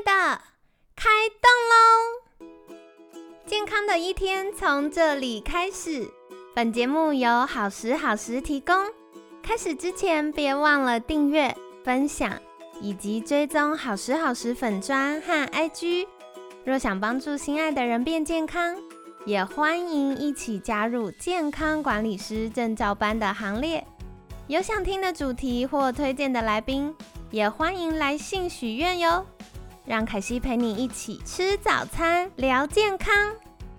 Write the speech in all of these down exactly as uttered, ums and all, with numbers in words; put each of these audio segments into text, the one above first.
的，开动喽！健康的一天从这里开始。本节目由好时好时提供。开始之前，别忘了订阅、分享以及追踪好时好时粉专和 I G。若想帮助心爱的人变健康，也欢迎一起加入健康管理师证照班的行列。有想听的主题或推荐的来宾，也欢迎来信许愿哟。让凯西陪你一起吃早餐，聊健康。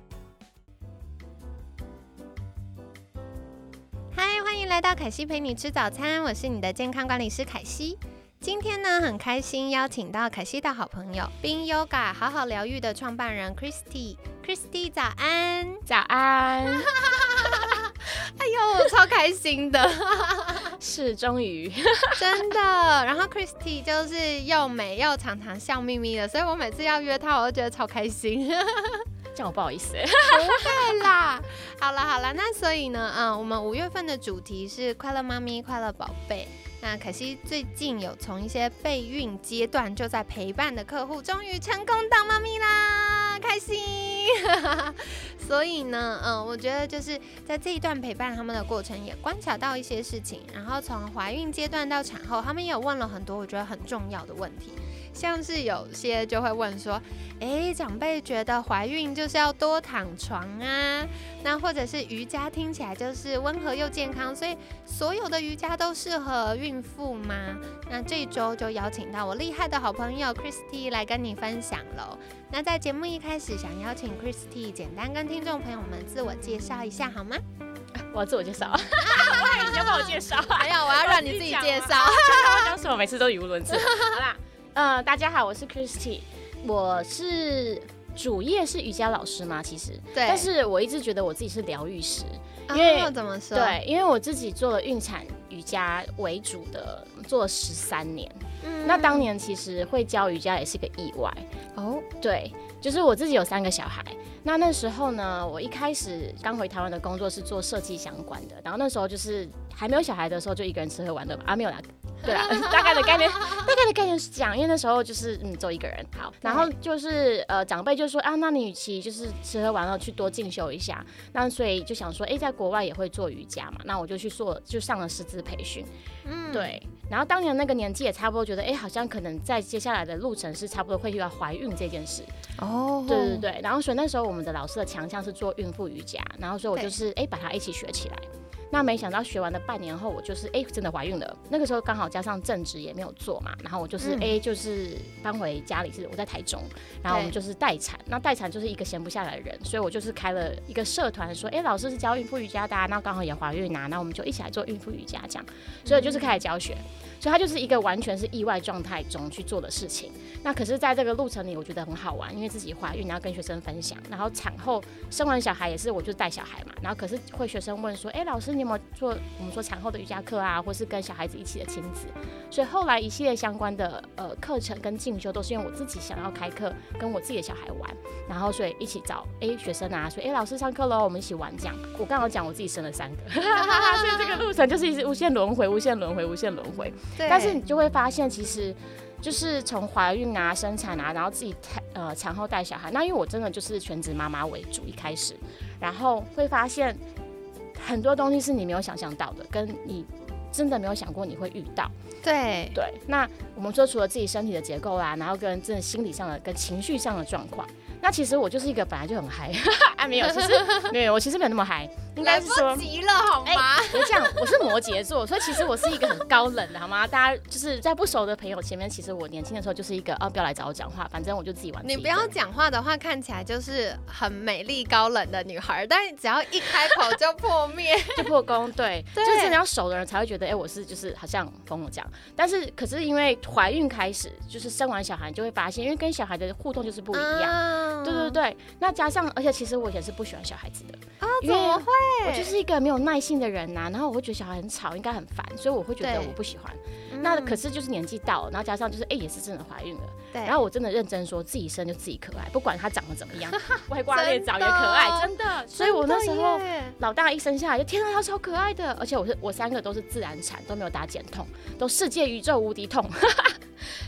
嗨，欢迎来到凯西陪你吃早餐，我是你的健康管理师凯西。今天呢，很开心邀请到凯西的好朋友冰 Yoga 好好疗愈的创办人 Christy。Christy 早安。 早安。 哎呦，我超开心的。 是，终于。 真的。然后 Christy 就是又美又常常笑眯眯的，所以我每次要约她，我都觉得超开心。 这样我不好意思。 不会啦。好啦好啦，那所以呢，嗯，我们五月份的主题是快乐妈咪快乐宝贝。那凯西最近有从一些备孕阶段就在陪伴的客户，终于成功当妈咪啦，开心。所以呢，嗯，我觉得就是在这一段陪伴他们的过程，也观察到一些事情。然后从怀孕阶段到产后，他们也有问了很多我觉得很重要的问题，像是有些就会问说，哎，长辈觉得怀孕就是要多躺床啊，那或者是瑜伽听起来就是温和又健康，所以所有的瑜伽都适合孕妇吗？那这一周就邀请到我厉害的好朋友 Christy 来跟你分享咯。那在节目一开始，想邀请 Christy 简单跟听众朋友们自我介绍一下好吗？ 我要自我介绍。你要帮我介绍？ 没有，我要让你自己介绍。 我讲什么？每次都语无伦次。好啦，呃，大家好，我是 Christy， 我是主业是瑜伽老师嘛，其实，对，但是我一直觉得我自己是疗愈师，因为、 哦、怎么说？ 对，因为我自己做了孕产瑜伽为主的，做了十三年。嗯，那当年其实会教瑜伽也是个意外哦。对，就是我自己有三个小孩，那那时候呢，我一开始刚回台湾的工作是做设计相关的，然后那时候就是还没有小孩的时候，就一个人吃喝玩乐嘛，啊没有啦。对啦，大概的概念，大概的概念是这样，因为那时候就是嗯，只有一个人，好，然后就是呃，长辈就说啊，那你与其就是吃喝玩乐，去多进修一下，那所以就想说，哎，在国外也会做瑜伽嘛，那我就去做，就上了师资培训，嗯，对，然后当年那个年纪也差不多，觉得哎，好像可能在接下来的路程是差不多会遇到怀孕这件事，哦，对对对，然后所以那时候我们的老师的强项是做孕妇瑜伽，然后所以我就是哎把它一起学起来。那没想到学完了半年后，我就是哎、欸、真的怀孕了。那个时候刚好加上正职也没有做嘛，然后我就是哎、嗯欸、就是搬回家里，是我在台中，然后我们就是待产。那待产就是一个闲不下来的人，所以我就是开了一个社团，说哎、欸、老师是教孕妇瑜伽的、啊，那刚好也怀孕啊，那我们就一起来做孕妇瑜伽这样，所以就是开始教学。所以它就是一个完全是意外状态中去做的事情。那可是在这个路程里，我觉得很好玩，因为自己怀孕，然后跟学生分享，然后产后生完小孩也是，我就带小孩嘛，然后可是会学生问说，哎、欸，老师你有没有做我们说产后的瑜伽课啊，或是跟小孩子一起的亲子？所以后来一系列相关的呃课程跟进修，都是因为我自己想要开课，跟我自己的小孩玩，然后所以一起找哎、欸、学生啊，说哎、欸、老师上课喽，我们一起玩这样。我刚好讲我自己生了三个，所以这个路程就是一直无限轮回，无限轮回，无限轮回。但是你就会发现，其实就是从怀孕啊、生产啊，然后自己呃产后带小孩。那因为我真的就是全职妈妈为主一开始，然后会发现很多东西是你没有想象到的，跟你真的没有想过你会遇到。 对对， 那我们说除了自己身体的结构啦，然后跟真的心理上的、跟情绪上的状况。那其实我就是一个本来就很嗨，啊没有，其实没有，我其实没有那么嗨，应该是说来不及了好吗？ 我、欸、这样，我是摩羯座，所以其实我是一个很高冷的，好吗？大家就是在不熟的朋友前面，其实我年轻的时候就是一个哦，不要来找我讲话，反正我就自己玩自己。 你不要讲话的话，看起来就是很美丽高冷的女孩，但是只要一开口就破灭， 就破功。对，对就是真的要熟的人才会觉得，哎、欸，我是就是好像疯了这样。但是可是因为怀孕开始，就是生完小孩，你就会发现，因为跟小孩的互动就是不一样。啊对对对，那加上，而且其实我以前是不喜欢小孩子的啊，怎么会？ 我就是一个没有耐性的人呐、啊，然后我会觉得小孩很吵，应该很烦，所以我会觉得我不喜欢。那可是就是年纪到了，然后加上就是哎、欸、也是真的怀孕了，然后我真的认真说自己生就自己可爱，不管他长得怎么样，外挂裂枣也可爱，真的。所以我那时候老大一生下来就天啊，他超可爱的，而且我是我三个都是自然产，都没有打减痛，都世界宇宙无敌痛。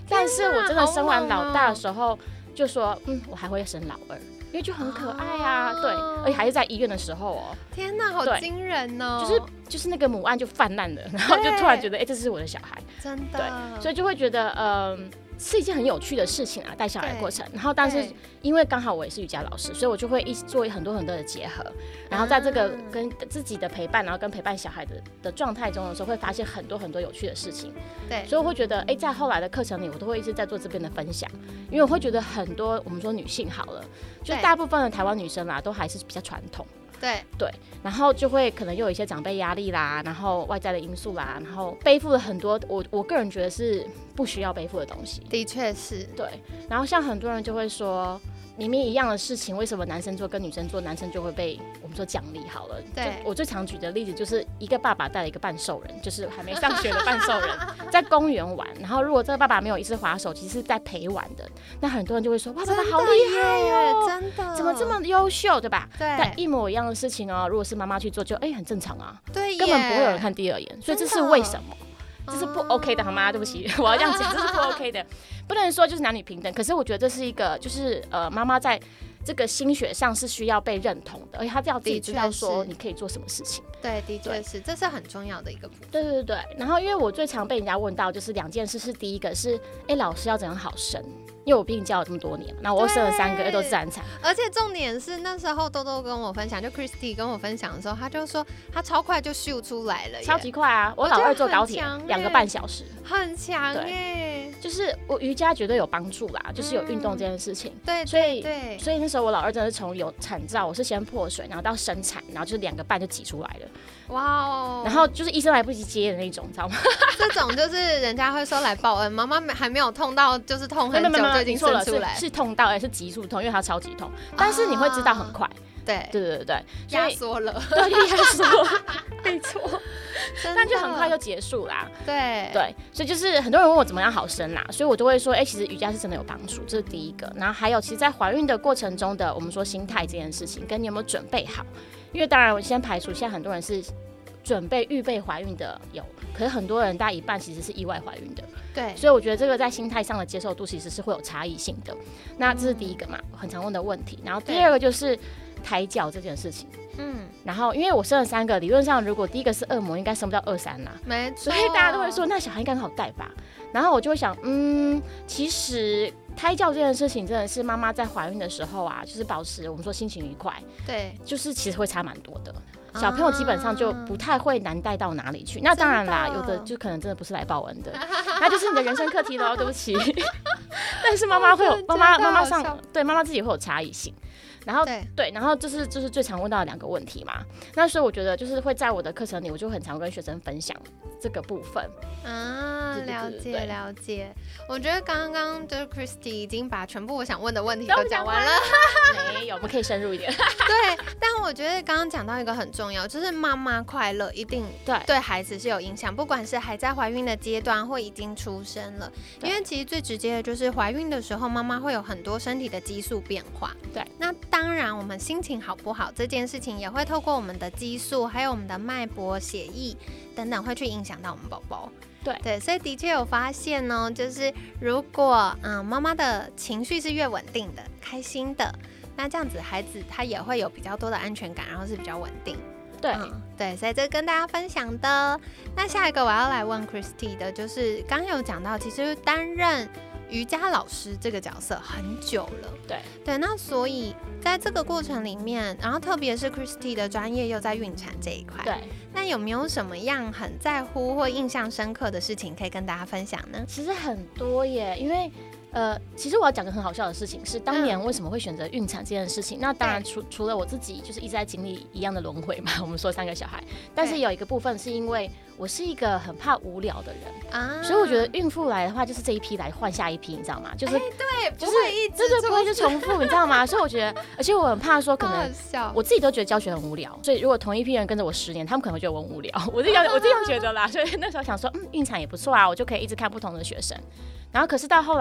但是我真的生完老大的时候就说，嗯，我还会生老二。因为就很可爱啊，哦、对，而且还是在医院的时候哦。 天哪，好惊人哦！ 就是就是那个母爱就泛滥了，然后就突然觉得，哎、欸，这是我的小孩， 真的。 对，所以就会觉得，嗯、呃。是一件很有趣的事情啊，带小孩的过程。然后，但是因为刚好我也是瑜伽老师，所以我就会一起做很多很多的结合。然后在这个跟自己的陪伴，然后跟陪伴小孩的的状态中的时候，会发现很多很多有趣的事情。 对， 所以我会觉得，哎、欸，在后来的课程里，我都会一直在做这边的分享，因为我会觉得很多我们说女性好了，就大部分的台湾女生啦，都还是比较传统。 对对，然后就会可能又有一些长辈压力啦，然后外在的因素啦，然后背负了很多我我个人觉得是不需要背负的东西。 的确是。 对，然后像很多人就会说，明明一样的事情，为什么男生做跟女生做，男生就会被我们说奖励好了？ 对， 我最常举的例子就是一个爸爸带了一个半兽人，就是还没上学的半兽人，在公园玩，然后如果这个爸爸没有一直滑手机，是在陪玩的，那很多人就会说，哇，爸爸好厉害哦， 真的， 怎么这么优秀，对吧？ 对。 但一模一样的事情哦，如果是妈妈去做，就哎、欸、很正常啊， 对， 根本不会有人看第二眼，所以这是为什么？这是不 OK 的好吗？对不起，我要这样讲，这是不 OK 的，不能说就是男女平等。可是我觉得这是一个，就是呃，妈妈在这个心学上是需要被认同的，而且她要自己知道说你可以做什么事情。 对，的确是，这是很重要的一个部分。 对对对，然后因为我最常被人家问到就是两件事，是第一个是，哎、欸，老师要怎样好生？因为我毕竟教了这么多年，那我生了三个，都是自然产。 而且重点是那时候豆豆跟我分享，就 Christy 跟我分享的时候，他就说他超快就秀出来了耶， 超级快啊！我老二坐高铁两个半小时， 很强耶。 就是我瑜伽绝对有帮助啦，就是有运动这件事情。 对、嗯， 所以对， 所以那时候我老二真的是从有产兆，我是先破水，然后到生产，然后就是两个半就挤出来了。 哇哦！ 然后就是医生来不及接的那种，知道吗？ 这种就是人家会说来报恩，妈妈还没有痛到，就是痛很久就已经生出来了， 是, 是痛到，哎、欸，是急速痛，因为它超级痛，但是你会知道很快。啊、 对对对对对， 压缩了， 对，压缩，没错，但就很快就结束啦。 对对，所以就是很多人问我怎么样好生啦，所以我都会说，哎、欸，其实瑜伽是真的有帮助，这是第一个。然后还有，其实，在怀孕的过程中的我们说心态这件事情，跟你有没有准备好。因为当然，我先排除现在很多人是准备预备怀孕的有，可是很多人大概一半其实是意外怀孕的。 对， 所以我觉得这个在心态上的接受度其实是会有差异性的。那这是第一个嘛，很常问的问题。然后第二个就是胎教这件事情。嗯，然后因为我生了三个，理论上如果第一个是恶魔，应该生不到二三啦。 没错。 所以大家都会说，那小孩应该很好带吧？然后我就会想，嗯，其实胎教这件事情真的是妈妈在怀孕的时候啊，就是保持我们说心情愉快。 对， 就是其实会差蛮多的。小朋友基本上就不太会难带到哪里去。那当然啦，有的就可能真的不是来报恩的，那就是你的人生课题咯，对不起。但是妈妈会有妈妈妈妈上对妈妈自己会有差异性。然后 对, 对，然后这是就是最常问到的两个问题嘛。那所以我觉得就是会在我的课程里，我就很常跟学生分享这个部分。 啊，了解了解。我觉得刚刚就是 Christy 已经把全部我想问的问题都讲完了。 没有，我们可以深入一点。 对，但我觉得刚刚讲到一个很重要，就是妈妈快乐一定对对孩子是有影响，不管是还在怀孕的阶段或已经出生了。因为其实最直接的就是怀孕的时候，妈妈会有很多身体的激素变化。 对， 那当然我们心情好不好这件事情也会透过我们的激素，还有我们的脉搏、血液等等，会去影响到我们宝宝。 对对，所以的确有发现呢，就是如果嗯妈妈的情绪是越稳定的、开心的，那这样子孩子他也会有比较多的安全感，然后是比较稳定。 对、 嗯、对，所以这跟大家分享的。那下一个我要来问 Christy 的，就是刚刚有讲到，其实担任瑜伽老师这个角色很久了。 对对，那所以在这个过程里面，然后特别是 Christy 的专业又在孕产这一块， 对， 那有没有什么样很在乎或印象深刻的事情可以跟大家分享呢？ 其实很多耶，因为呃，其实我要讲个很好笑的事情是，当年为什么会选择孕产这件事情？嗯、那当然除除了我自己就是一直在经历一样的轮回嘛，我们说三个小孩，但是有一个部分是因为我是一个很怕无聊的人啊，所以我觉得孕妇来的话，就是这一批来换下一批，你知道吗？就是、欸、 对， 就是不会一直对对，不会一直重复，你知道吗？所以我觉得，而且我很怕说，可能我自己都觉得教学很无聊，所以如果同一批人跟着我十年，他们可能会觉得我很无聊。我自己我自己这样觉得啦，所以那时候想说，嗯，孕产也不错啊，我就可以一直看不同的学生。然后可是到后来，我觉得。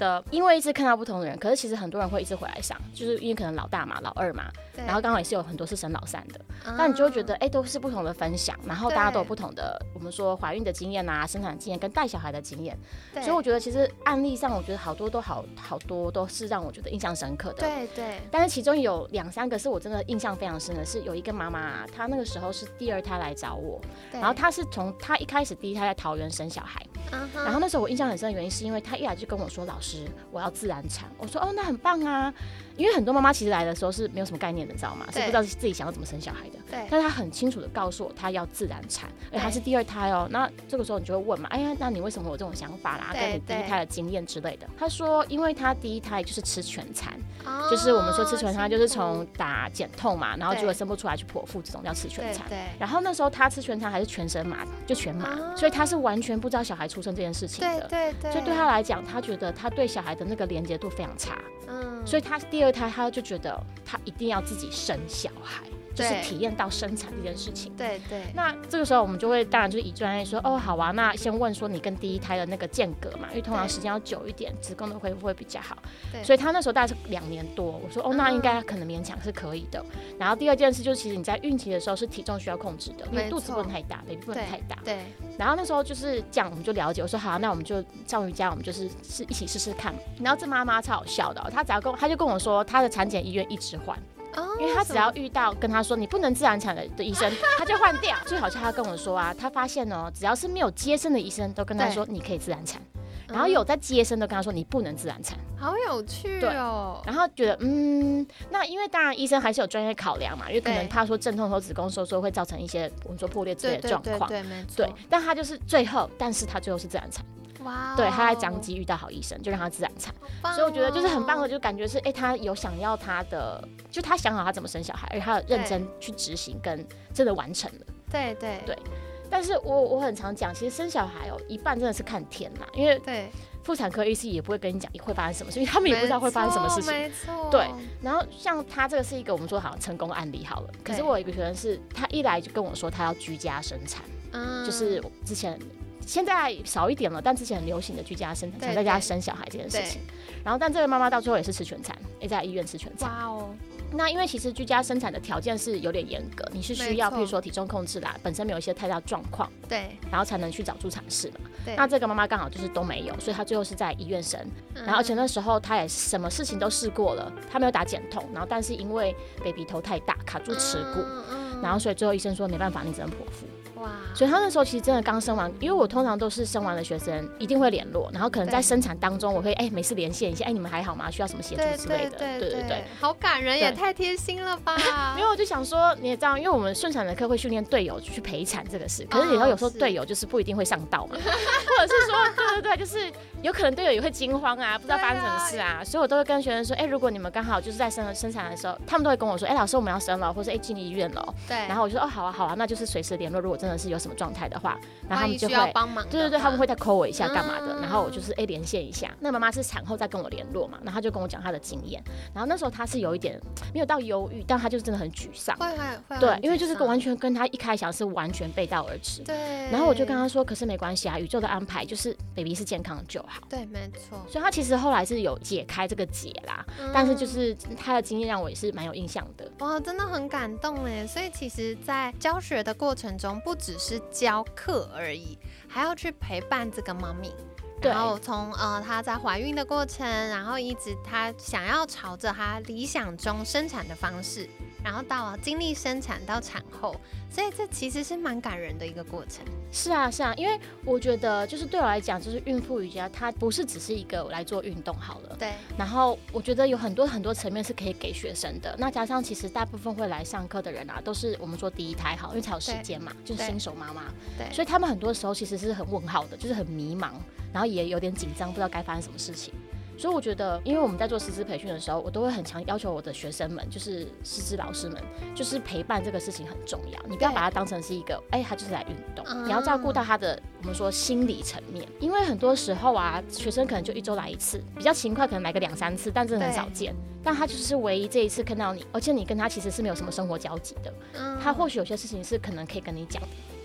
得，因为一直看到不同的人，可是其实很多人会一直回来上，就是因为可能老大嘛、老二嘛，然后刚好也是有很多是生老三的，那你就会觉得，哎、欸，都是不同的分享，然后大家都有不同的，我们说怀孕的经验啊、生产经验跟带小孩的经验，所以我觉得其实案例上，我觉得好多都好好多都是让我觉得印象深刻的。 对对。 但是其中有两三个是我真的印象非常深的，是有一个妈妈、啊，她那个时候是第二胎来找我，然后她是从她一开始第一胎在桃园生小孩， uh-huh. 然后那时候我印象很深的原因是因为她一来就跟我说，老师我要自然产，我说哦那很棒啊，因为很多妈妈其实来的时候是没有什么概念的，你知道吗？是不知道自己想要怎么生小孩的，对。但是她很清楚的告诉我她要自然产，而且她是第二胎哦，那这个时候你就会问嘛，哎呀，那你为什么有这种想法啦？跟你第一胎的经验之类的。她说，因为她第一胎就是吃全餐，哦、就是我们说吃全餐就是从打减痛嘛，然后结果生不出来去剖腹，这种叫吃全餐。然后那时候她吃全餐还是全身麻，就全麻、哦，所以她是完全不知道小孩出生这件事情的。对对对。所以对她来讲，她觉得她对小孩的那个连结度非常差。嗯。所以她第二胎，她就觉得她一定要自己生小孩。就是体验到生产这件事情， 对对。 那这个时候我们就会，当然就是以专业说，哦，好啊，那先问说你跟第一胎的那个间隔嘛，因为通常时间要久一点，子宫的恢复会比较好。对。所以他那时候大概是两年多，我说哦，那应该可能勉强是可以的。嗯、然后第二件事就是，其实你在孕期的时候是体重需要控制的，因为肚子不能太大 ，baby 不能太大。对。对然后那时候就是这样，我们就了解，我说好、啊，那我们就上瑜伽，我们就是是一起试试看。然后这妈妈超好笑的、哦，她只要跟她就跟我说，她的产检医院一直换。Oh, 因为他只要遇到跟他说你不能自然产的的医生，他就换掉。最好笑他跟我说啊，他发现哦，只要是没有接生的医生都跟他说你可以自然产，然后有在接生的跟他说你不能自然产。 好有趣哦。然后觉得嗯，那因为当然医生还是有专业考量嘛，因为可能怕说阵痛和子宫收缩会造成一些我们说破裂之类的状况。对对对对，没错。对，但他就是最后，但是他最后是自然产。哇、wow ，对，他在张基遇到好医生，就让他自然产、哦，所以我觉得就是很棒的，就感觉是，哎、欸，他有想要他的，就他想好他怎么生小孩，而且他有认真去执行，跟真的完成了。 对对对。 但是我我很常讲，其实生小孩哦，一半真的是看天啦，因为妇产科医师也不会跟你讲会发生什么事，因为他们也不知道会发生什么事情。 没错。 对。然后像他这个是一个我们说好像成功案例好了，可是我有一个学生是，他一来就跟我说他要居家生产，嗯，就是之前。现在少一点了，但之前很流行的居家生产，想在家生小孩这件事情。然后，但这个妈妈到最后也是吃全餐，也在医院吃全餐。哇哦！那因为其实居家生产的条件是有点严格，你是需要譬如说体重控制啦，本身没有一些太大状况，对，然后才能去找助产士嘛。对。那这个妈妈刚好就是都没有，所以她最后是在医院生。嗯、然后而且那时候她也什么事情都试过了，她没有打减痛，然后但是因为 baby 头太大卡住耻骨、嗯嗯，然后所以最后医生说没办法，你只能剖腹。哇！所以他那时候其实真的刚生完，因为我通常都是生完的学生一定会联络，然后可能在生产当中我会哎、欸、没事连线一下，哎、欸、你们还好吗？需要什么协助之类的，对对 对, 对, 对， 好感人，也太贴心了吧！ 因为我就想说，你也知道，因为我们顺产的课会训练队友去陪产这个事，可是你知道有时候队友就是不一定会上道嘛，或者是说，对对对，就是有可能队友也会惊慌啊，不知道发生什么事啊，所以我都会跟学生说，哎、欸，如果你们刚好就是在生生产的时候，他们都会跟我说，哎、欸，老师我们要生了，或者哎进医院了，对，然后我就说哦好啊好啊，那就是随时联络，如果真的是有什么状态的话，然后他们就会帮忙， 对对对，他们会再 call 我一下干嘛的，嗯、然后我就是哎连线一下。那妈妈是产后再跟我联络嘛，然后他就跟我讲他的经验，然后那时候他是有一点没有到忧郁，但他就是真的很沮丧， 会会对，因为就是完全跟他一开始是完全背道而驰。对，然后我就跟他说，可是没关系啊，宇宙的安排就是 baby 是健康的就好。 对，没错。 所以他其实后来是有解开这个结啦，嗯、但是就是他的经验让我也是蛮有印象的。 哇，真的很感动哎！所以其实，在教学的过程中，不只是教课而已，还要去陪伴这个妈咪。然后从呃她在怀孕的过程，然后一直她想要朝着她理想中生产的方式，然后到了经历生产到产后，所以这其实是蛮感人的一个过程。 是啊是啊，因为我觉得就是对我来讲，就是孕妇瑜伽它不是只是一个我来做运动好了，对。然后我觉得有很多很多层面是可以给学生的。那加上其实大部分会来上课的人啊，都是我们说第一胎好，因为才有时间嘛，就是新手妈妈，对。所以他们很多时候其实是很问号的，就是很迷茫，然后也有点紧张，不知道该发生什么事情。所以我觉得，因为我们在做师资培训的时候，我都会很强要求我的学生们，就是师资老师们，就是陪伴这个事情很重要。你不要把它当成是一个，哎、欸，他就是来运动，嗯、你要照顾到他的我们说心理层面。因为很多时候啊，学生可能就一周来一次，比较勤快可能来个两三次，但真的很少见。但他就是唯一这一次看到你，而且你跟他其实是没有什么生活交集的，嗯、他或许有些事情是可能可以跟你讲的。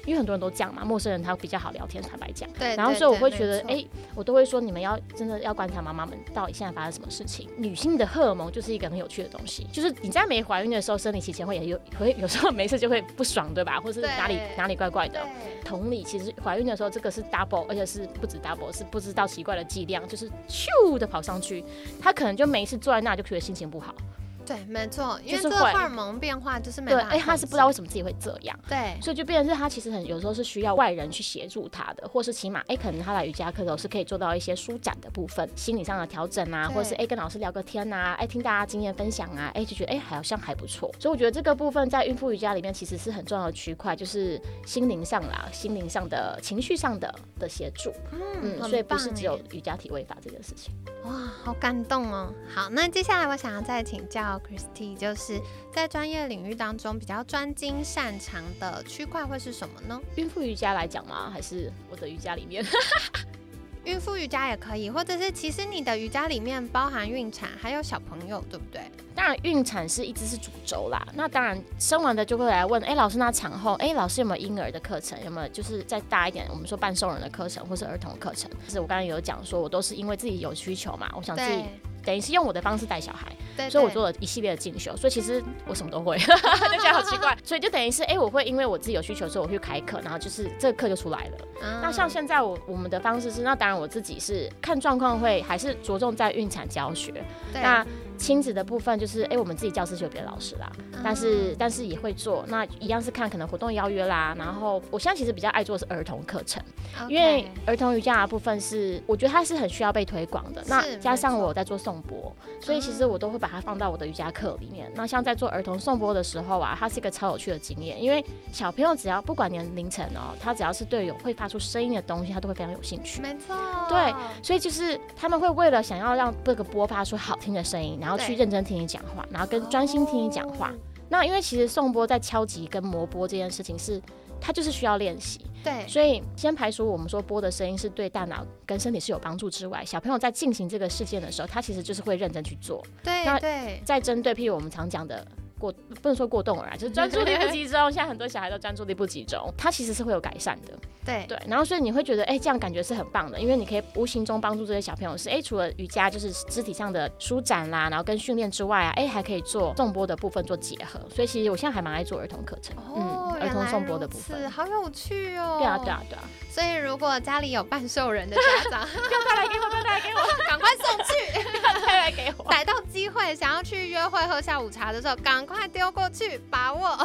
因为很多人都这样嘛，陌生人他比较好聊天，坦白讲。 对。 然后所以我会觉得，哎、欸，我都会说你们要真的要观察妈妈们到底现在发生什么事情。女性的荷尔蒙就是一个很有趣的东西，就是你在没怀孕的时候，生理期前会有会有时候没事就会不爽，对吧？或是哪里哪里怪怪的。同理，其实怀孕的时候这个是 double， 而且是不止 double， 是不知道奇怪的剂量，就是咻的跑上去，他可能就没事坐在那就觉得心情不好。 对，没错，因为这个荷尔蒙变化就是没办法。 对，哎、欸，他是不知道为什么自己会这样。 对， 所以就变成是他其实很有时候是需要外人去协助他的，或是起码哎、欸，可能他来瑜伽课的时候是可以做到一些舒展的部分，心理上的调整啊，或者是哎、欸、跟老师聊个天啊，哎、欸、听大家经验分享啊，哎、欸、就觉得哎、欸、好像还不错。所以我觉得这个部分在孕妇瑜伽里面其实是很重要的区块，就是心灵上啦，心灵上的情绪上的的协助。嗯, 嗯所以不是只有瑜伽体位法这件事情。 哇，好感动哦。好，那接下来我想要再请教 Christy， 就是在专业领域当中比较专精擅长的区块会是什么呢？ 孕妇瑜伽来讲吗？还是我的瑜伽里面？ 孕妇瑜伽也可以，或者是其实你的瑜伽里面包含孕产还有小朋友，对不对？ 当然孕产是一直是主轴啦，那当然生完的就会来问，哎、欸，老师那产后，哎、欸，老师有没有婴儿的课程？有没有就是再大一点，我们说半兽人的课程或是儿童的课程？就是我刚刚有讲说，我都是因为自己有需求嘛，我想自己等于是用我的方式带小孩，对对，所以我做了一系列的进修，所以其实我什么都会，就觉得好奇怪，所以就等于是哎、欸，我会因为我自己有需求，所以我去开课，然后就是这个课就出来了。嗯、那像现在我我们的方式是，那当然我自己是看状况会还是着重在孕产教学，那亲子的部分就是哎、欸，我们自己教室就有别的老师啦，嗯、但是但是也会做，那一样是看可能活动邀约啦，然后我现在其实比较爱做的是儿童课程， okay. 因为儿童瑜伽的部分是我觉得它是很需要被推广的，那加上我在做颂钵，所以其实我都会把它放到我的瑜伽课里面。那像在做儿童颂钵的时候啊，它是一个超有趣的经验，因为小朋友只要不管年龄层哦，他只要是对有会发出声音的东西，他都会非常有兴趣。 没错， 对，所以就是他们会为了想要让这个钵发出好听的声音，然后去认真听你讲话，然后跟专心听你讲话。那因为其实颂钵在敲击跟磨钵这件事情是，它就是需要练习。 对， 所以先排除我们说钵的声音是对大脑跟身体是有帮助之外，小朋友在进行这个事件的时候，他其实就是会认真去做。 对， 那对， 在针对譬如我们常讲的过，不能说过动儿啊，就是专注力不集中。现在很多小孩都专注力不集中，他其实是会有改善的。 对对，然后所以你会觉得，哎、欸，这样感觉是很棒的，因为你可以无形中帮助这些小朋友是，哎、欸，除了瑜伽就是肢体上的舒展啦，然后跟训练之外啊，哎、欸，还可以做颂钵的部分做结合。所以其实我现在还蛮爱做儿童课程， 哦、 嗯，儿童颂钵的部分， 好有趣哦。 对啊，对啊，对啊。 所以如果家里有半兽人的家长， 不要带来给我，不要带来给我， 赶快送去， 不要带来给我。 逮到机会想要去约会喝下午茶的时候，赶快丢过去，把握。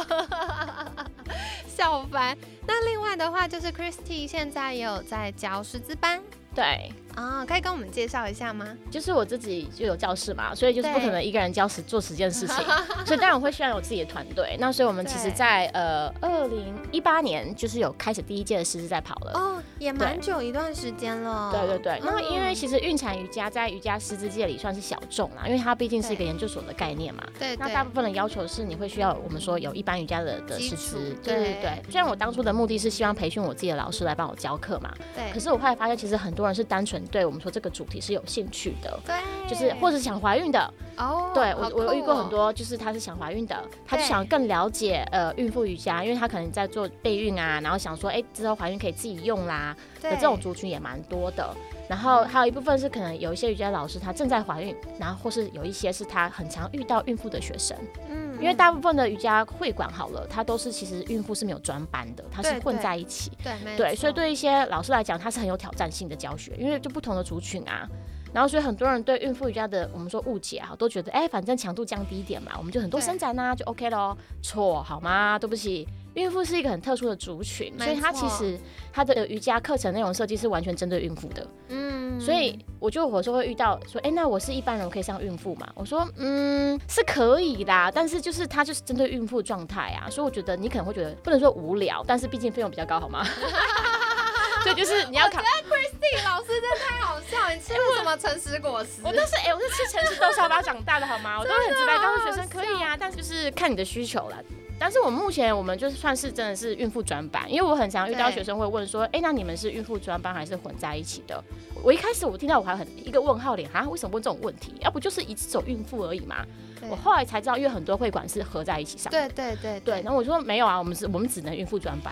笑翻。那另外的话，就是 Christy 现在也有在教师资班。 对啊、哦，可以跟我们介绍一下吗？ 就是我自己就有教室嘛，所以就是不可能一个人教十做十件事情，所以当然我会需要有自己的团队。那所以我们其实在呃二零一八年就是有开始第一届的师资在跑了。 哦，也蛮久一段时间了。 对对对，那因为其实孕产瑜伽在瑜伽师资界里算是小众啦，因为它毕竟是一个研究所的概念嘛。对。那大部分的要求是你会需要我们说有一般瑜伽的的师资。对对对。虽然我当初的目的是希望培训我自己的老师来帮我教课嘛。对。可是我后来发现，其实很多人是单纯对我们说这个主题是有兴趣的。对。就是或者是想怀孕的。哦。对我我有遇过很多，就是他是想怀孕的，他就想更了解呃孕妇瑜伽，因为他可能在做备孕啊，然后想说，哎、欸，之后怀孕可以自己用啦的这种族群也蛮多的。然后还有一部分是可能有一些瑜伽老师他正在怀孕，然后或是有一些是他很常遇到孕妇的学生。嗯。因为大部分的瑜伽会馆好了，它都是其实孕妇是没有专班的，它是混在一起。对 对, 对，所以对一些老师来讲，它是很有挑战性的教学，因为就不同的族群啊。然后所以很多人对孕妇瑜伽的我们说误解啊，都觉得哎、欸，反正强度降低一点嘛，我们就很多伸展啊，就 OK 咯。错好吗？对不起，孕妇是一个很特殊的族群，所以它其实它的瑜伽课程内容设计是完全针对孕妇的。嗯，所以我就有时候会遇到说，哎、欸，那我是一般人，我可以上孕妇嘛？我说，嗯，是可以啦，但是就是它就是针对孕妇状态啊，所以我觉得你可能会觉得不能说无聊，但是毕竟费用比较高，好吗？所以就是你要考。 我觉得 Christy 老师真的太好笑，你吃了什么诚实果实？ 我都是哎、欸，我是吃诚实豆沙包长大的好吗？我都很直白告诉学生可以啊，但是就是看你的需求啦。但是我目前我们就是算是真的是孕妇专班，因为我很常遇到学生会问说，哎、欸，那你们是孕妇专班还是混在一起的？我一开始我听到我还很一个问号脸，啊，为什么问这种问题？要不就是一次走孕妇而已嘛？我后来才知道，因为很多会馆是合在一起上的。 对对对 对, 对。然后我说没有啊，我们是我们只能孕妇专班。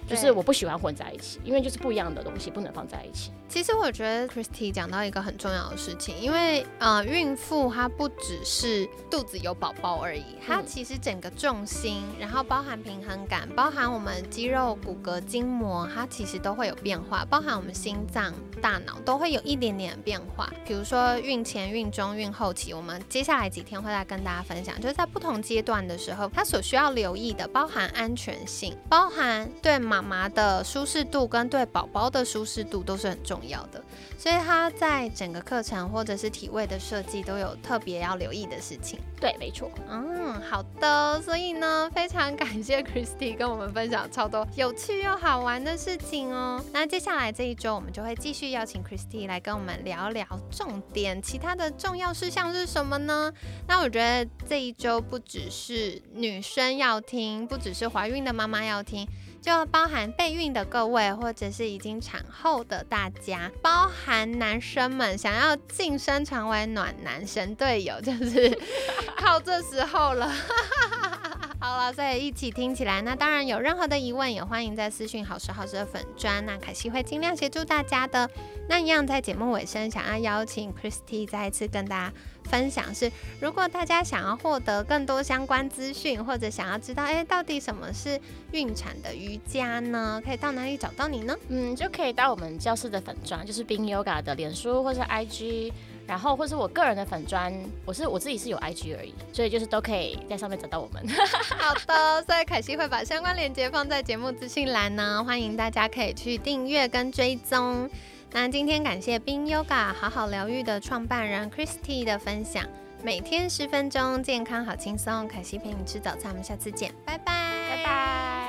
就是我不喜欢混在一起，因为就是不一样的东西不能放在一起。 其实我觉得 Christy 讲到一个很重要的事情，因为呃，孕妇她不只是肚子有宝宝而已，她其实整个重心，然后包含平衡感，包含我们肌肉、骨骼、筋膜，它其实都会有变化，包含我们心脏、大脑都会有一点点的变化。比如说孕前、孕中、孕后期，我们接下来几天会再跟大家分享，就是在不同阶段的时候，它所需要留意的，包含安全性，包含对妈妈的舒适度跟对宝宝的舒适度都是很重要的。所以它在整个课程或者是体位的设计都有特别要留意的事情。 对，没错。 嗯，好的。所以呢，非常感谢 Christy 跟我们分享超多有趣又好玩的事情哦。那接下来这一周，我们就会继续邀请 Christy 来跟我们聊聊重点，其他的重要事项是什么呢？那我觉得这一周不只是女生要听，不只是怀孕的妈妈要听，就包含备孕的各位，或者是已经产后的大家，包含男生们想要晋升成为暖男神队友，就是靠这时候了。好了，所以一起听起来。那当然有任何的疑问，也欢迎在私讯好时好时的粉专，那凯西会尽量协助大家的。那一样在节目尾声，想要邀请 Christy 再一次跟大家分享是，如果大家想要获得更多相关资讯，或者想要知道哎到底什么是孕产的瑜伽呢，可以到哪里找到你呢？ 嗯，就可以到我们教室的粉专，就是 Bing Yoga 的脸书或是 I G， 然后或是我个人的粉专，我是我自己是有 I G 而已，所以就是都可以在上面找到我们。 好的，所以凯西会把相关链接放在节目资讯栏呢，欢迎大家可以去订阅跟追踪。那今天感谢 Bing Yoga 好好疗愈的创办人 Christy 的分享，每天十分钟，健康好轻松，凯西陪你吃早餐，我们下次见，拜拜， 拜拜。